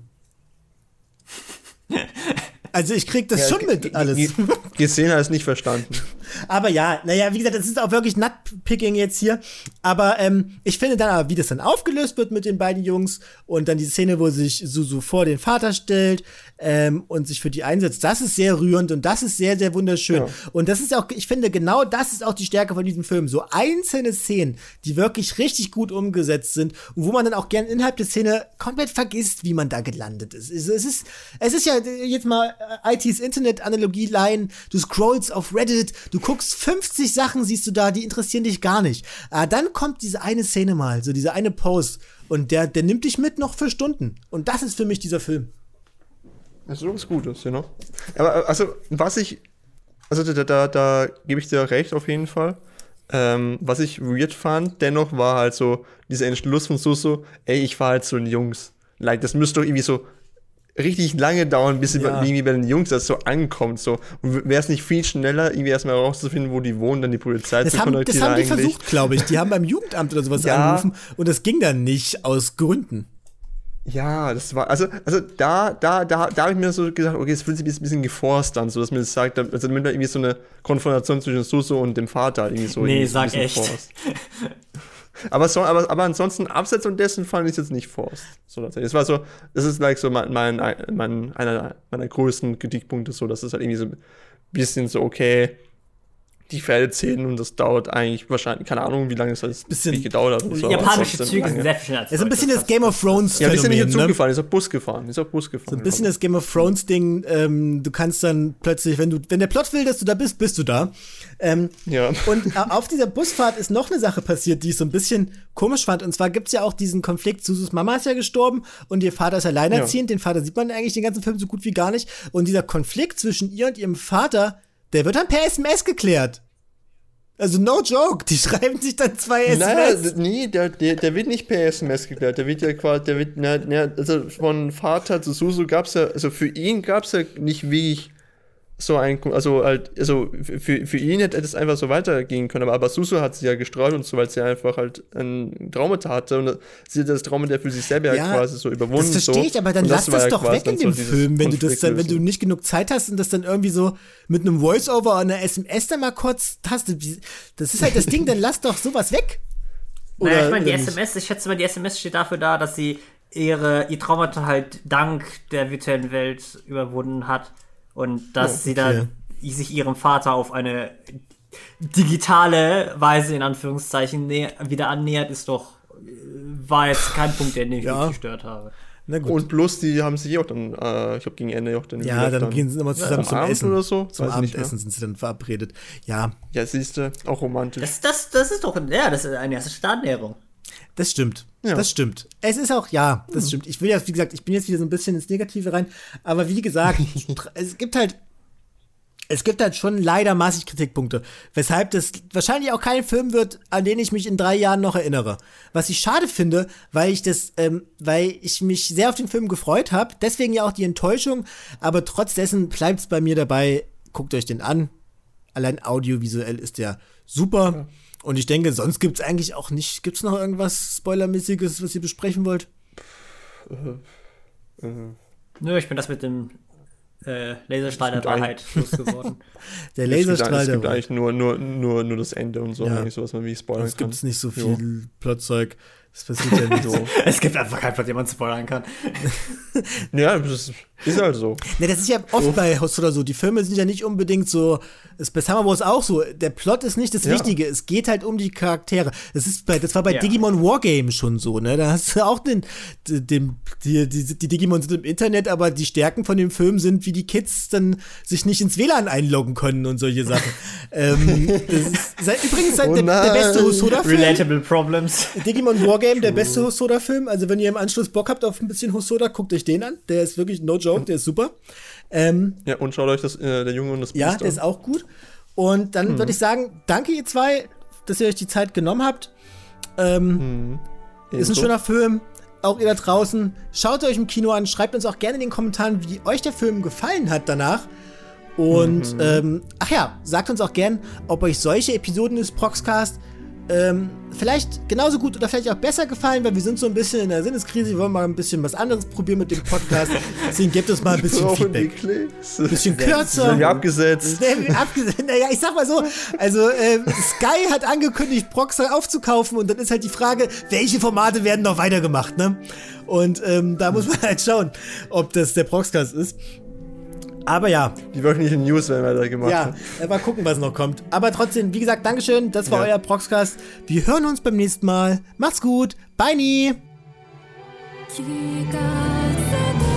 Also ich krieg das ja, schon mit alles. Gesehen heißt nicht verstanden. Aber ja, naja, wie gesagt, das ist auch wirklich Nutpicking jetzt hier. Aber ähm, ich finde dann aber, wie das dann aufgelöst wird mit den beiden Jungs und dann die Szene, wo sich Suzu vor den Vater stellt ähm, und sich für die einsetzt, das ist sehr rührend und das ist sehr, sehr wunderschön. Ja. Und das ist auch, ich finde, genau das ist auch die Stärke von diesem Film. So einzelne Szenen, die wirklich richtig gut umgesetzt sind und wo man dann auch gern innerhalb der Szene komplett vergisst, wie man da gelandet ist. Es ist, es ist ja jetzt mal I Ts Internet-Analogie-Line, du scrollst auf Reddit, du guckst fünfzig Sachen, siehst du da, die interessieren dich gar nicht. Aber dann kommt diese eine Szene mal, so diese eine Post und der, der nimmt dich mit noch für Stunden. Und das ist für mich dieser Film. Das ist was Gutes, genau. Aber also, was ich, also da, da, da gebe ich dir recht auf jeden Fall. Ähm, was ich weird fand, dennoch war halt so dieser Entschluss von Suzu, ey, ich war halt so ein Jungs. Like, das müsste doch irgendwie so richtig lange dauern, bis ja. irgendwie bei den Jungs das so ankommt. So. Wäre es nicht viel schneller, irgendwie erstmal herauszufinden, wo die wohnen, dann die Polizei das zu haben, kontaktieren? Das haben die eigentlich. versucht, glaube ich. Die haben beim Jugendamt oder sowas ja. angerufen und das ging dann nicht aus Gründen. Ja, das war, also, also da, da, da, da habe ich mir so gedacht, okay, es fühlt sich ein bisschen geforst an, so dass mir das sagt, also damit man irgendwie so eine Konfrontation zwischen Suzu und dem Vater irgendwie so. Nee, irgendwie sag so echt. aber, so, aber, aber ansonsten, abseits von dessen fand ich es jetzt nicht forst. So, das war so, das ist like so mein, mein, mein, einer meiner größten Kritikpunkte, so, dass es halt irgendwie so ein bisschen so, okay, die Pferde zählen und das dauert eigentlich wahrscheinlich, keine Ahnung, wie lange es das bisschen gedauert hat. So, japanische Züge sind sehr viel schneller. Es ist ein bisschen das Game of Thrones Ja, wir sind nicht ne? Zug gefahren, ist auf Bus gefahren, ist auf Bus gefahren. So ein bisschen das Game of Thrones Ding, ähm, du kannst dann plötzlich, wenn du, wenn der Plot will, dass du da bist, bist du da. Ähm, ja. Und auf dieser Busfahrt ist noch eine Sache passiert, die ich so ein bisschen komisch fand. Und zwar gibt's ja auch diesen Konflikt, Suzus Mama ist ja gestorben und ihr Vater ist alleinerziehend. Ja. Den Vater sieht man eigentlich den ganzen Film so gut wie gar nicht. Und dieser Konflikt zwischen ihr und ihrem Vater, der wird dann per S M S geklärt. Also no joke, die schreiben sich dann zwei S M S. Naja, nee, der, der, der wird nicht per S M S geklärt. Der wird ja quasi, der wird, na, na, also von Vater zu Suzu gab's ja, also für ihn gab's ja nicht wirklich so ein, also halt, also für, für ihn hätte es einfach so weitergehen können, aber, aber Suzu hat sie ja gestreut und so, weil sie einfach halt ein Traumata hatte und sie hat das Traumata für sich selber ja, quasi so überwunden. Das verstehe ich, aber dann lass das, das doch weg in dem so Film, wenn du das dann, wenn du nicht genug Zeit hast und das dann irgendwie so mit einem Voice-Over oder einer S M S dann mal kurz hast. Das ist halt das Ding, dann lass doch sowas weg. Oder naja, ich meine, die S M S, ich schätze mal, die S M S steht dafür da, dass sie ihre, ihr Traumata halt dank der virtuellen Welt überwunden hat. Und dass oh, okay. sie dann sich ihrem Vater auf eine digitale Weise, in Anführungszeichen, nä- wieder annähert, ist doch, war jetzt kein Punkt, der mich ja. gestört habe. Na gut. Und plus, die haben sich auch dann, äh, ich glaube, gegen Ende auch dann Ja, dann, dann gehen sie immer zusammen ja, zum Abend Essen. Oder so. Zum Weiß Abendessen sind sie dann verabredet. Ja. Ja, siehst du, auch romantisch. Das, das, das ist doch, ja, das ist eine erste Startnäherung. Das stimmt. Ja. Das stimmt. Es ist auch, ja, das hm. stimmt. Ich will ja, wie gesagt, ich bin jetzt wieder so ein bisschen ins Negative rein. Aber wie gesagt, es gibt halt, es gibt halt schon leider massig Kritikpunkte. Weshalb das wahrscheinlich auch kein Film wird, an den ich mich in drei Jahren noch erinnere. Was ich schade finde, weil ich das, ähm, weil ich mich sehr auf den Film gefreut habe. Deswegen ja auch die Enttäuschung. Aber trotz dessen bleibt es bei mir dabei. Guckt euch den an. Allein audiovisuell ist der super. Ja. Und ich denke, sonst gibt es eigentlich auch nicht. Gibt es noch irgendwas Spoilermäßiges, was ihr besprechen wollt? Äh, äh. Nö, ich bin das mit dem äh, Laserstrahl der Wahrheit losgeworden. Der Laserstrahl der Wahrheit. Es gibt eigentlich nur, nur, nur, nur das Ende und so, ja. nicht so, was man wie spoilern es kann. Es gibt nicht so viel jo. Plotzeug. Das passiert ja nicht so. Es gibt einfach keinen Plot, den man spoilern kann. Ja, das ist halt so. Ne, das ist ja oft so. Bei Hosoda so. Die Filme sind ja nicht unbedingt so. Ist bei Summer Wars auch so. Der Plot ist nicht das ja. Wichtige. Es geht halt um die Charaktere. Das ist bei, das war bei ja. Digimon Wargame schon so, ne? Da hast du auch den, den, die, die, die Digimon sind im Internet, aber die Stärken von dem Film sind, wie die Kids dann sich nicht ins W L A N einloggen können und solche Sachen. ähm, das ist, übrigens halt oh der, der beste Hosoda-Film. Relatable Problems. Digimon Wargame, der beste Hosoda-Film. Also wenn ihr im Anschluss Bock habt auf ein bisschen Hosoda, guckt euch den an. Der ist wirklich no joke, der ist super. Ähm, ja, und schaut euch das, äh, der Junge und das Biest Ja, an. der ist auch gut. Und dann mhm. würde ich sagen, danke ihr zwei, dass ihr euch die Zeit genommen habt. Ähm, mhm. Ist ein schöner Film. Auch ihr da draußen. Schaut euch im Kino an. Schreibt uns auch gerne in den Kommentaren, wie euch der Film gefallen hat danach. Und, mhm. ähm, ach ja, sagt uns auch gern, ob euch solche Episoden des Proxcast ähm, vielleicht genauso gut oder vielleicht auch besser gefallen, weil wir sind so ein bisschen in der Sinneskrise, wir wollen mal ein bisschen was anderes probieren mit dem Podcast. Deswegen gebt uns mal ein bisschen Feedback. Ein bisschen kürzer. Wir abgesetzt. abgesetzt. Naja, ich sag mal so, also äh, Sky hat angekündigt, Proxer aufzukaufen und dann ist halt die Frage, welche Formate werden noch weitergemacht, ne? Und ähm, da muss man halt schauen, ob das der Proxcast ist. Aber ja. Die wöchentlichen News werden weitergemacht. Ja, mal gucken, was noch kommt. Aber trotzdem, wie gesagt, Dankeschön. Das war ja. euer Proxcast. Wir hören uns beim nächsten Mal. Macht's gut. Bye, nie.